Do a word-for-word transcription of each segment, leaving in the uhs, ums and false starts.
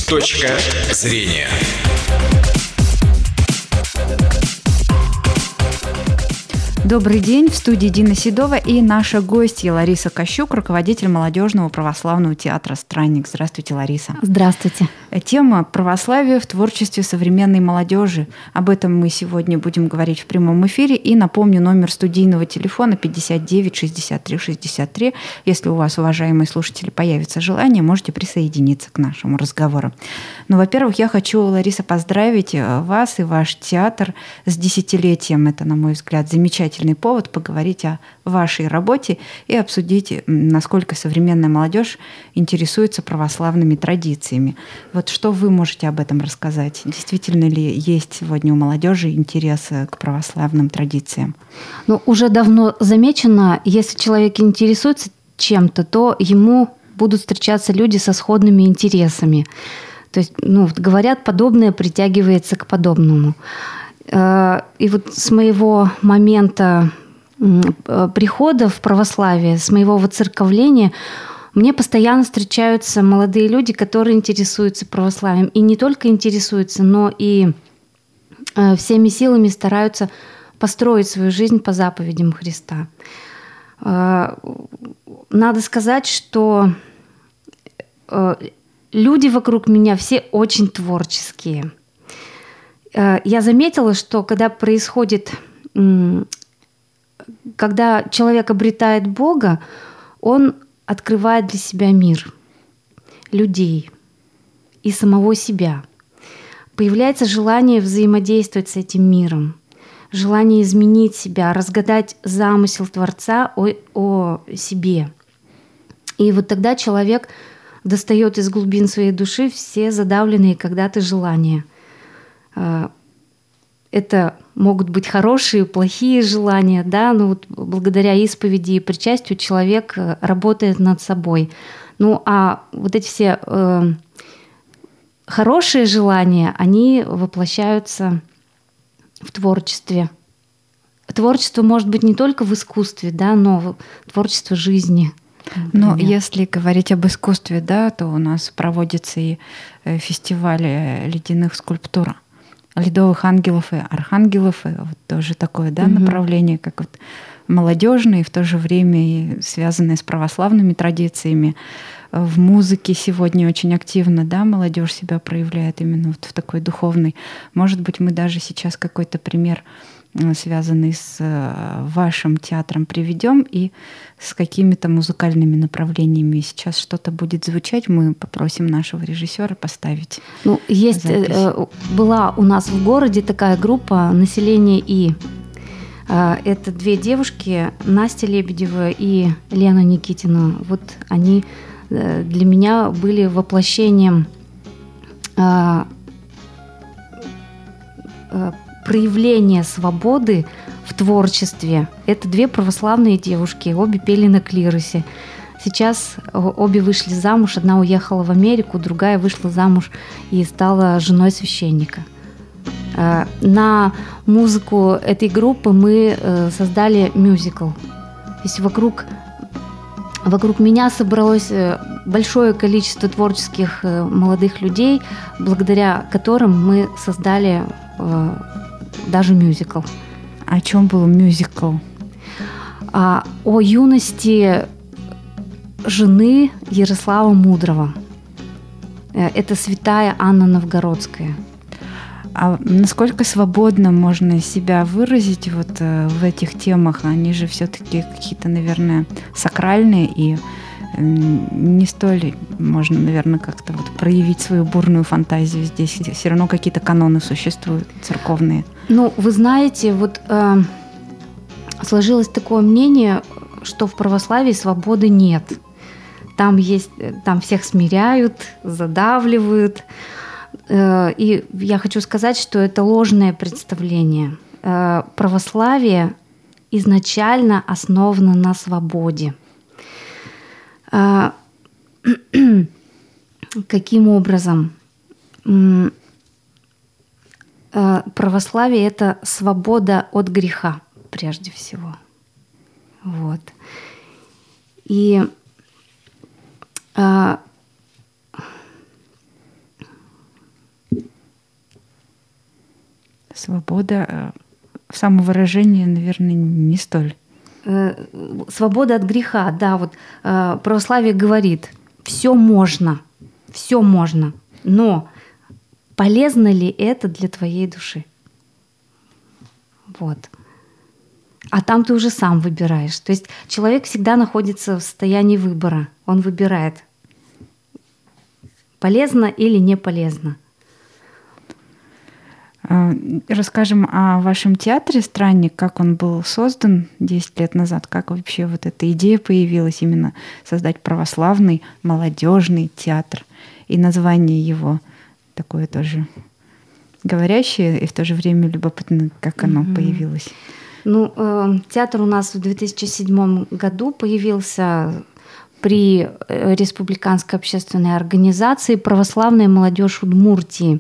Точка зрения. Добрый день, в студии Дина Седова и наша гостья Лариса Кощук, руководитель молодежного православного театра «Странник». Здравствуйте, Лариса. Здравствуйте. Тема «Православие в творчестве современной молодежи». Об этом мы сегодня будем говорить в прямом эфире. И напомню, номер студийного телефона пятьдесят девять шестьдесят три шестьдесят три. Если у вас, уважаемые слушатели, появится желание, можете присоединиться к нашему разговору. Ну, во-первых, я хочу, Лариса, поздравить вас и ваш театр с десятилетием. Это, на мой взгляд, замечательный повод поговорить о вашей работе и обсудить, насколько современная молодежь интересуется православными традициями. Вот что вы можете об этом рассказать? Действительно ли есть сегодня у молодежи интерес к православным традициям? Ну, уже давно замечено, если человек интересуется чем-то, то ему будут встречаться люди со сходными интересами. То есть, ну, говорят, подобное притягивается к подобному. И вот с моего момента прихода в православие, с моего воцерковления, мне постоянно встречаются молодые люди, которые интересуются православием. И не только интересуются, но и всеми силами стараются построить свою жизнь по заповедям Христа. Надо сказать, что люди вокруг меня все очень творческие. Я заметила, что когда происходит, когда человек обретает Бога, он открывает для себя мир, людей и самого себя. Появляется желание взаимодействовать с этим миром, желание изменить себя, разгадать замысел Творца о, о себе. И вот тогда человек достает из глубин своей души все задавленные когда-то желания. Это могут быть хорошие, плохие желания, да, но вот благодаря исповеди и причастию человек работает над собой. Ну а вот эти все э, хорошие желания, они воплощаются в творчестве. Творчество может быть не только в искусстве, да, но творчество жизни. Но если говорить об искусстве, да, то у нас проводится и фестиваль ледяных скульптур, ледовых ангелов и архангелов, и вот тоже такое, да, mm-hmm. направление, как вот молодежное, и в то же время и связанное с православными традициями. В музыке сегодня очень активно, да, молодежь себя проявляет именно вот в такой духовной. Может быть, мы даже сейчас какой-то пример, связанный с вашим театром, приведем, и с какими-то музыкальными направлениями сейчас что-то будет звучать, мы попросим нашего режиссера поставить. Ну, есть, запись. Была у нас в городе такая группа «Население И». Это две девушки, Настя Лебедева и Лена Никитина. Вот они для меня были воплощением проявление свободы в творчестве. Это две православные девушки, обе пели на клиросе. Сейчас обе вышли замуж, одна уехала в Америку, другая вышла замуж и стала женой священника. На музыку этой группы мы создали мюзикл. То есть вокруг, вокруг меня собралось большое количество творческих молодых людей, благодаря которым мы создали даже мюзикл. О чем был мюзикл? А, о юности жены Ярослава Мудрого. Это святая Анна Новгородская. А насколько свободно можно себя выразить вот в этих темах? Они же все-таки какие-то, наверное, сакральные, и не столь можно, наверное, как-то вот проявить свою бурную фантазию здесь. Все равно какие-то каноны существуют, церковные. Ну, вы знаете, вот э, сложилось такое мнение, что в православии свободы нет. Там есть, там всех смиряют, задавливают. Э, и я хочу сказать, что это ложное представление. Э, православие изначально основано на свободе. Каким образом? Православие – это свобода от греха, прежде всего. Вот. И а, Свобода в самовыражении, наверное, не столь. Свобода от греха, да, вот православие говорит, все можно, все можно, но полезно ли это для твоей души? Вот. А там ты уже сам выбираешь. То есть человек всегда находится в состоянии выбора. Он выбирает, полезно или не полезно. Расскажем о вашем театре «Странник», как он был создан десять лет назад, как вообще вот эта идея появилась именно создать православный молодежный театр. И название его такое тоже говорящее и в то же время любопытно, как оно mm-hmm. появилось. Ну, э, театр у нас в две тысячи седьмом году появился при Республиканской общественной организации «Православная молодежь Удмуртии».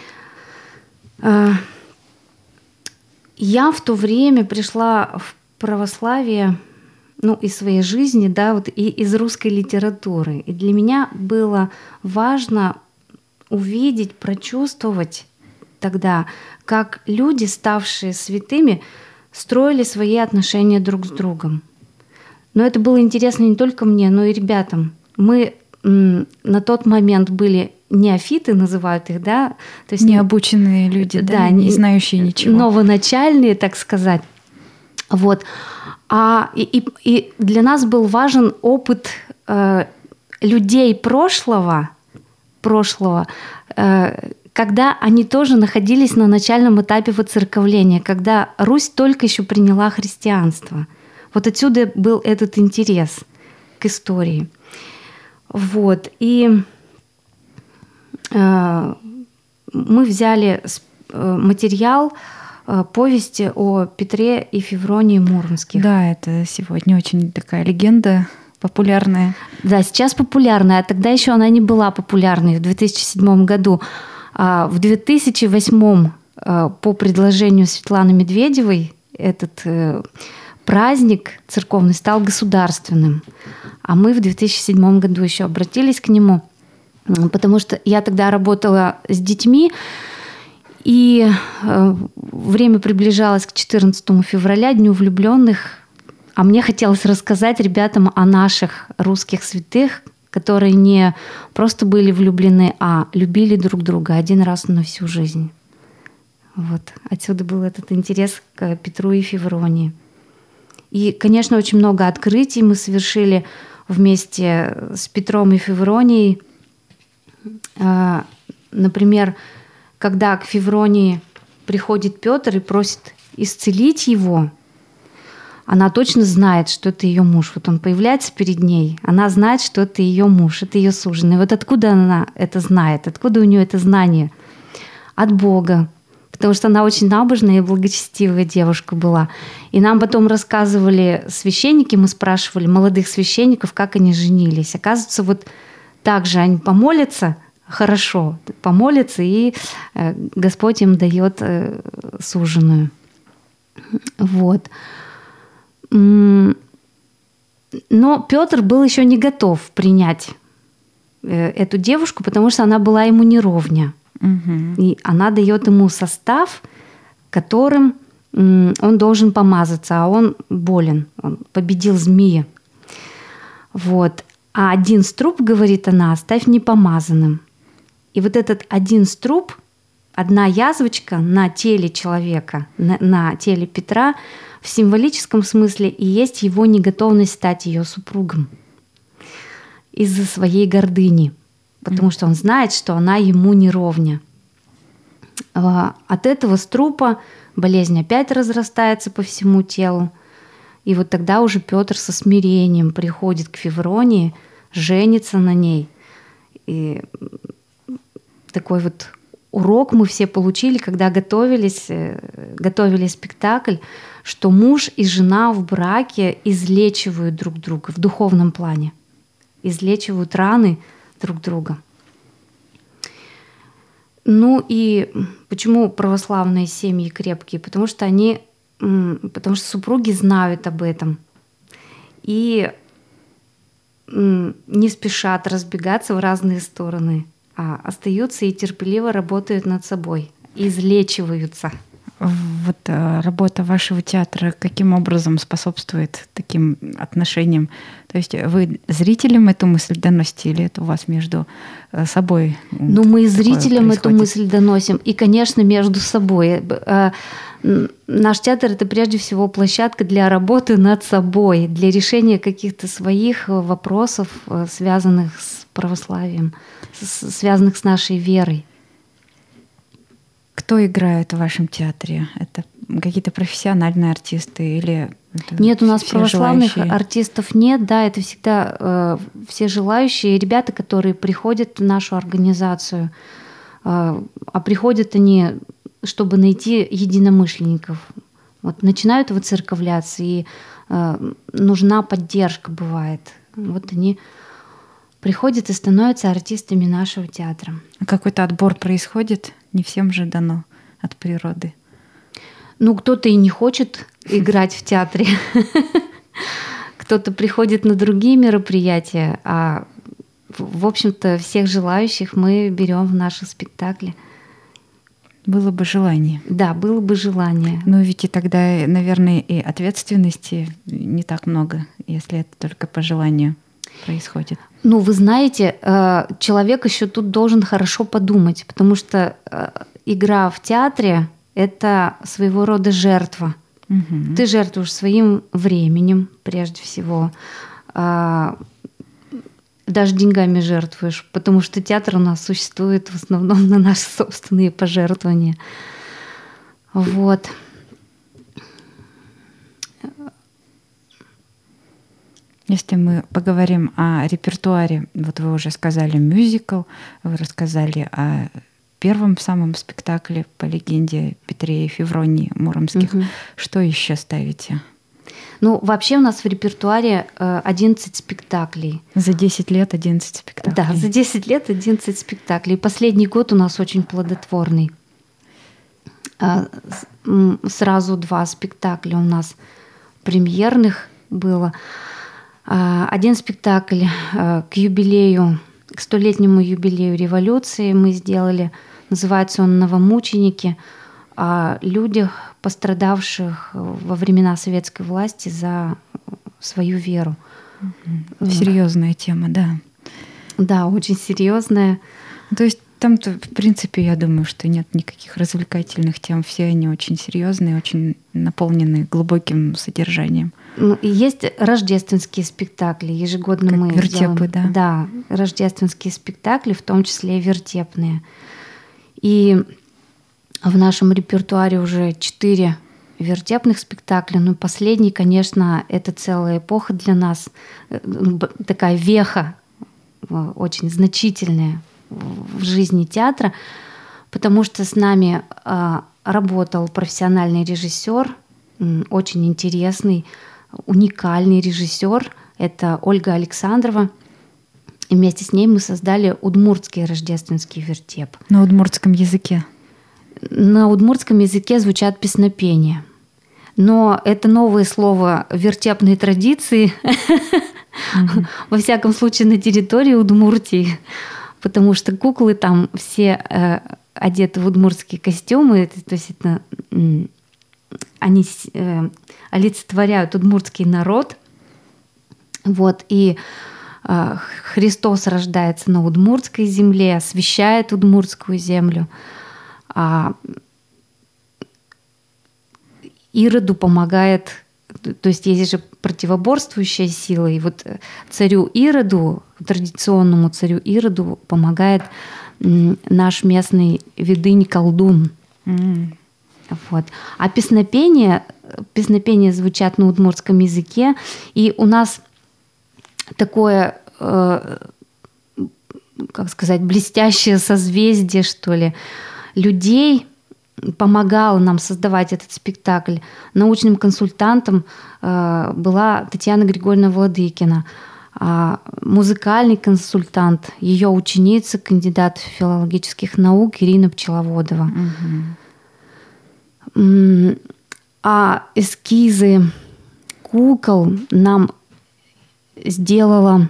Я в то время пришла в православие, ну, из своей жизни, да, вот и из русской литературы. И для меня было важно увидеть, прочувствовать тогда, как люди, ставшие святыми, строили свои отношения друг с другом. Но это было интересно не только мне, но и ребятам. Мы м, на тот момент были неофиты, называют их, да, то есть необученные люди, да, да, не знающие ничего, новоначальные, так сказать. Вот. А и, и, и для нас был важен опыт э, людей прошлого, прошлого, э, когда они тоже находились на начальном этапе воцерковления, когда Русь только еще приняла христианство. Вот отсюда был этот интерес к истории. Вот. И э, мы взяли материал э, повести о Петре и Февронии Муромских. Да, это сегодня очень такая легенда популярная. Да, сейчас популярная, а тогда еще она не была популярной в две тысячи седьмом году. А в две тысячи восьмом э, по предложению Светланы Медведевой этот э, праздник церковный стал государственным. А мы в две тысячи седьмом году еще обратились к нему, потому что я тогда работала с детьми, и время приближалось к четырнадцатому февраля, Дню влюбленных, а мне хотелось рассказать ребятам о наших русских святых, которые не просто были влюблены, а любили друг друга один раз на всю жизнь. Вот. Отсюда был этот интерес к Петру и Февронии. И, конечно, очень много открытий мы совершили вместе с Петром и Февронией. Например, когда к Февронии приходит Петр и просит исцелить его, она точно знает, что это ее муж. Вот он появляется перед ней, она знает, что это ее муж, это ее суженый. Вот откуда она это знает? Откуда у нее это знание? От Бога. Потому что она очень набожная и благочестивая девушка была. И нам потом рассказывали священники, мы спрашивали молодых священников, как они женились. Оказывается, вот так же они помолятся, хорошо, помолятся, и Господь им дает суженую. Вот. Но Петр был еще не готов принять эту девушку, потому что она была ему не ровня. Угу. И она дает ему состав, которым он должен помазаться, а он болен, он победил змея. Вот. А один струп, говорит она, оставь непомазанным. И вот этот один струп, одна язвочка на теле человека, на, на теле Петра, в символическом смысле и есть его неготовность стать ее супругом из-за своей гордыни, потому что он знает, что она ему не ровня. От этого струпа болезнь опять разрастается по всему телу. И вот тогда уже Петр со смирением приходит к Февронии, женится на ней. И такой вот урок мы все получили, когда готовились, готовили спектакль, что муж и жена в браке излечивают друг друга в духовном плане, излечивают раны друг друга. Ну и почему православные семьи крепкие? Потому что они, потому что супруги знают об этом и не спешат разбегаться в разные стороны, а остаются и терпеливо работают над собой, излечиваются. Вот работа вашего театра каким образом способствует таким отношениям? То есть вы зрителям эту мысль доносите или это у вас между собой? Ну, мы и зрителям эту мысль доносим, и, конечно, между собой. Наш театр — это прежде всего площадка для работы над собой, для решения каких-то своих вопросов, связанных с православием, связанных с нашей верой. Кто играет в вашем театре? Это какие-то профессиональные артисты или нет, у нас православных желающие? Артистов нет, да, это всегда э, все желающие ребята, которые приходят в нашу организацию, э, а приходят они, чтобы найти единомышленников. Вот начинают выцерковляться, и э, нужна поддержка бывает. Вот они приходят и становятся артистами нашего театра. Какой-то отбор происходит? Не всем же дано от природы. Ну, кто-то и не хочет играть в театре. Кто-то приходит на другие мероприятия, а, в общем-то, всех желающих мы берем в наши спектакли. Было бы желание. Да, было бы желание. Ну, ведь и тогда, наверное, и ответственности не так много, если это только по желанию происходит. Ну, вы знаете, человек еще тут должен хорошо подумать, потому что игра в театре — это своего рода жертва. Угу. Ты жертвуешь своим временем, прежде всего. Даже деньгами жертвуешь, потому что театр у нас существует в основном на наши собственные пожертвования. Вот. Если мы поговорим о репертуаре, вот вы уже сказали мюзикл, вы рассказали о первом самом спектакле по легенде Петре и Февронии Муромских. Угу. Что еще ставите? Ну, вообще у нас в репертуаре одиннадцать спектаклей. За десять лет одиннадцать спектаклей. Да, за десять лет одиннадцать спектаклей. Последний год у нас очень плодотворный. Сразу два спектакля у нас премьерных было. Один спектакль к юбилею, к столетнему юбилею революции мы сделали. Называется он «Новомученики», о людях, пострадавших во времена советской власти за свою веру. Серьезная тема, да. Да, очень серьезная. То есть там-то, в принципе, я думаю, что нет никаких развлекательных тем. Все они очень серьезные, очень наполнены глубоким содержанием. Ну, и есть рождественские спектакли. Ежегодно как мы вертепы, делаем, да? Да, рождественские спектакли, в том числе и вертепные. И в нашем репертуаре уже четыре вертепных спектакля. Ну, последний, конечно, это целая эпоха для нас. Такая веха очень значительная в жизни театра, потому что с нами работал профессиональный режиссер, очень интересный, уникальный режиссер. Это Ольга Александрова. И вместе с ней мы создали удмуртский рождественский вертеп. На удмуртском языке? На удмуртском языке звучат песнопения. Но это новое слово вертепной традиции, во всяком случае, на территории Удмуртии, потому что куклы там все одеты в удмуртские костюмы, то есть это, они олицетворяют удмуртский народ. Вот, и Христос рождается на удмуртской земле, освящает удмуртскую землю. А Ироду помогает, то есть есть же противоборствующая сила, и вот царю Ироду, традиционному царю Ироду помогает наш местный ведынь-колдун. Mm. Вот. А песнопения, песнопения звучат на удмуртском языке, и у нас такое, э, как сказать, блестящее созвездие, что ли, людей помогало нам создавать этот спектакль. Научным консультантом э, была Татьяна Григорьевна Владыкина, а музыкальный консультант, ее ученица, кандидат филологических наук Ирина Пчеловодова. Mm-hmm. А эскизы кукол нам сделала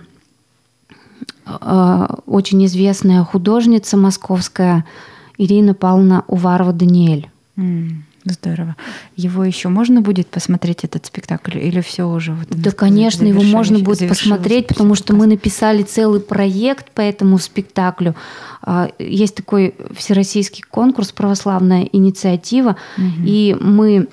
э, очень известная художница московская Ирина Павловна Уварова-Даниэль. Mm. Здорово. Его еще можно будет посмотреть, этот спектакль, или все уже? Вот, да, конечно, его можно будет посмотреть, потому что мы написали целый проект по этому спектаклю. Есть такой всероссийский конкурс «Православная инициатива», угу. и мы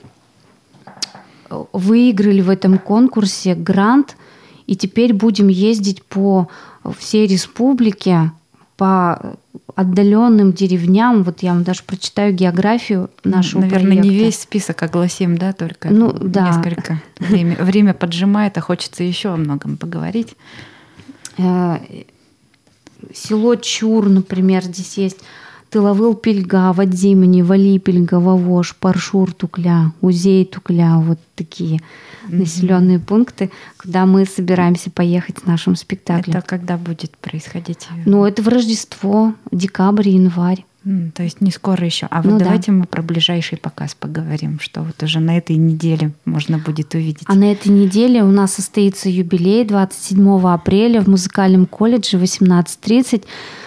выиграли в этом конкурсе грант, и теперь будем ездить по всей республике, по отдаленным деревням. Вот я вам даже прочитаю географию нашего Наверное, проекта. не весь список огласим, да, только ну, да. несколько. Время, время поджимает, а хочется еще о многом поговорить. Село Чур, например, здесь есть Тыловыл Пельга, Вадзимани, Валипельга, Вавош, Паршур Тукля, Узей Тукля. Вот такие mm-hmm. населенные пункты, куда мы собираемся поехать с нашим спектаклем. Это когда будет происходить? Ну, это в Рождество, декабрь, январь. Mm, то есть не скоро еще. А вот ну, давайте да. мы про ближайший показ поговорим, что вот уже на этой неделе можно будет увидеть. А на этой неделе у нас состоится юбилей двадцать седьмого апреля в музыкальном колледже в восемнадцать тридцать.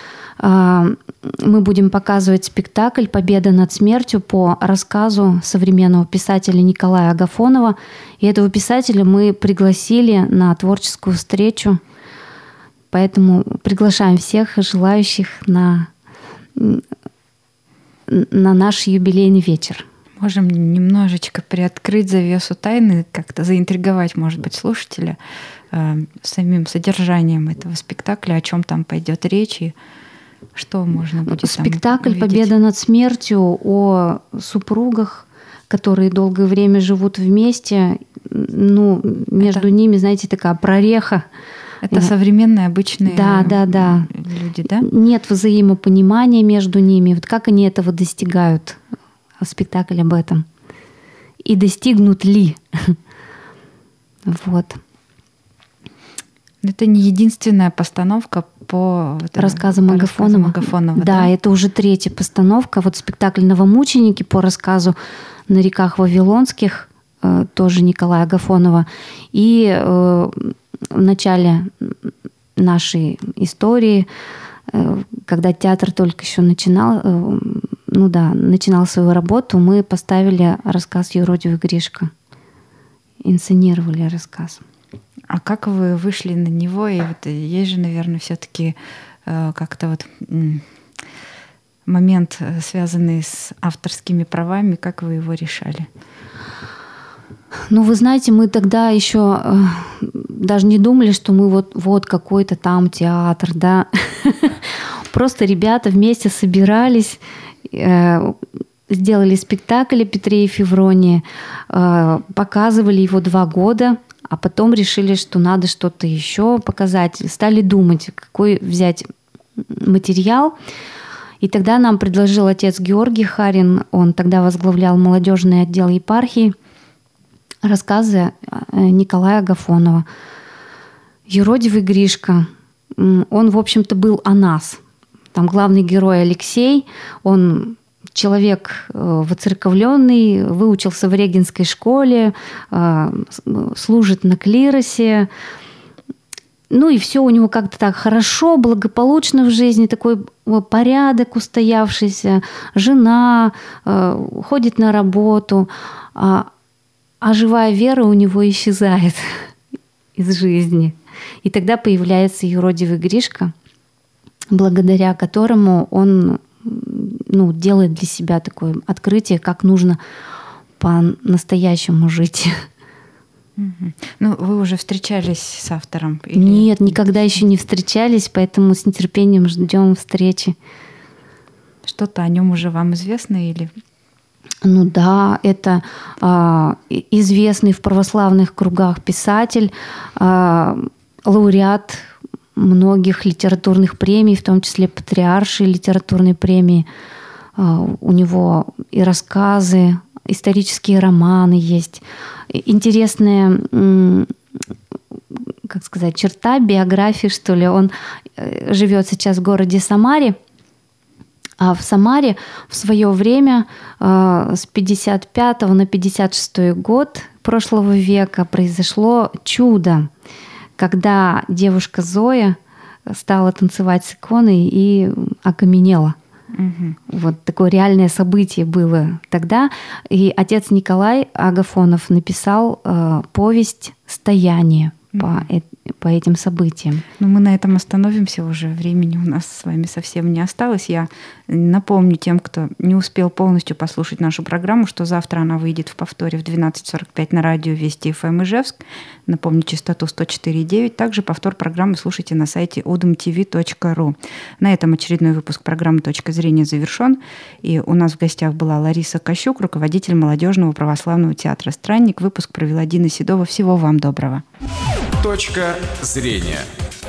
Мы будем показывать спектакль «Победа над смертью» по рассказу современного писателя Николая Агафонова. И этого писателя мы пригласили на творческую встречу. Поэтому приглашаем всех желающих на, на наш юбилейный вечер. Можем немножечко приоткрыть завесу тайны, как-то заинтриговать, может быть, слушателя э, самим содержанием этого спектакля, о чем там пойдет речь и что можно будет Спектакль там «Победа над смертью» о супругах, которые долгое время живут вместе. Ну, между это, ними, знаете, такая прореха. Это современные обычные да, да, да. люди, да? Нет взаимопонимания между ними. Вот как они этого достигают? Спектакль об этом. И достигнут ли? Вот. Это не единственная постановка по рассказам по Агафонова. Агафонова да, да, это уже третья постановка. Вот спектакль «Новомученики» по рассказу «На реках Вавилонских», тоже Николая Агафонова. И в начале нашей истории, когда театр только еще начинал, ну да, начинал свою работу, мы поставили рассказ «Юродивый Гришка». Инсценировали рассказ. А как вы вышли на него? И вот есть же, наверное, все-таки э, как-то вот м- момент, связанный с авторскими правами. Как вы его решали? Ну, вы знаете, мы тогда еще э, даже не думали, что мы вот, вот какой-то там театр, да. Просто ребята вместе собирались, э, сделали спектакль о Петре и Февронии, э, показывали его два года. А потом решили, что надо что-то еще показать. Стали думать, какой взять материал. И тогда нам предложил отец Георгий Харин, он тогда возглавлял молодежный отдел епархии, рассказы Николая Агафонова. «Юродивый Гришка», он, в общем-то, был о нас. Там главный герой Алексей, он человек воцерковленный, выучился в Регенской школе, служит на клиросе. Ну и все у него как-то так хорошо, благополучно в жизни, такой порядок устоявшийся, жена, ходит на работу, а, а живая вера у него исчезает из жизни. И тогда появляется юродивый Гришка, благодаря которому он ну, делает для себя такое открытие, как нужно по-настоящему жить. Mm-hmm. Ну, вы уже встречались с автором? Или... Нет, никогда еще не встречались, поэтому с нетерпением ждем встречи. Что-то о нем уже вам известно или? Ну да, это э, известный в православных кругах писатель, э, лауреат многих литературных премий, в том числе Патриаршей литературной премии. У него и рассказы, исторические романы есть. Интересная, как сказать, черта биографии, что ли. Он живет сейчас в городе Самаре. А в Самаре в свое время, с пятьдесят пятого на пятьдесят шестой год прошлого века, произошло чудо, когда девушка Зоя стала танцевать с иконой и окаменела. Угу. Вот такое реальное событие было тогда. И отец Николай Агафонов написал э, повесть «Стояние» угу. по, э, по этим событиям. Но мы на этом остановимся уже. Времени у нас с вами совсем не осталось. Я напомню тем, кто не успел полностью послушать нашу программу, что завтра она выйдет в повторе в двенадцать сорок пять на радио Вести эф эм Ижевск. Напомню, частоту сто четыре и девять. Также повтор программы слушайте на сайте удм ти ви точка ру. На этом очередной выпуск программы «Точка зрения» завершен. И у нас в гостях была Лариса Кощук, руководитель молодежного православного театра «Странник». Выпуск провела Дина Седова. Всего вам доброго. Точка зрения.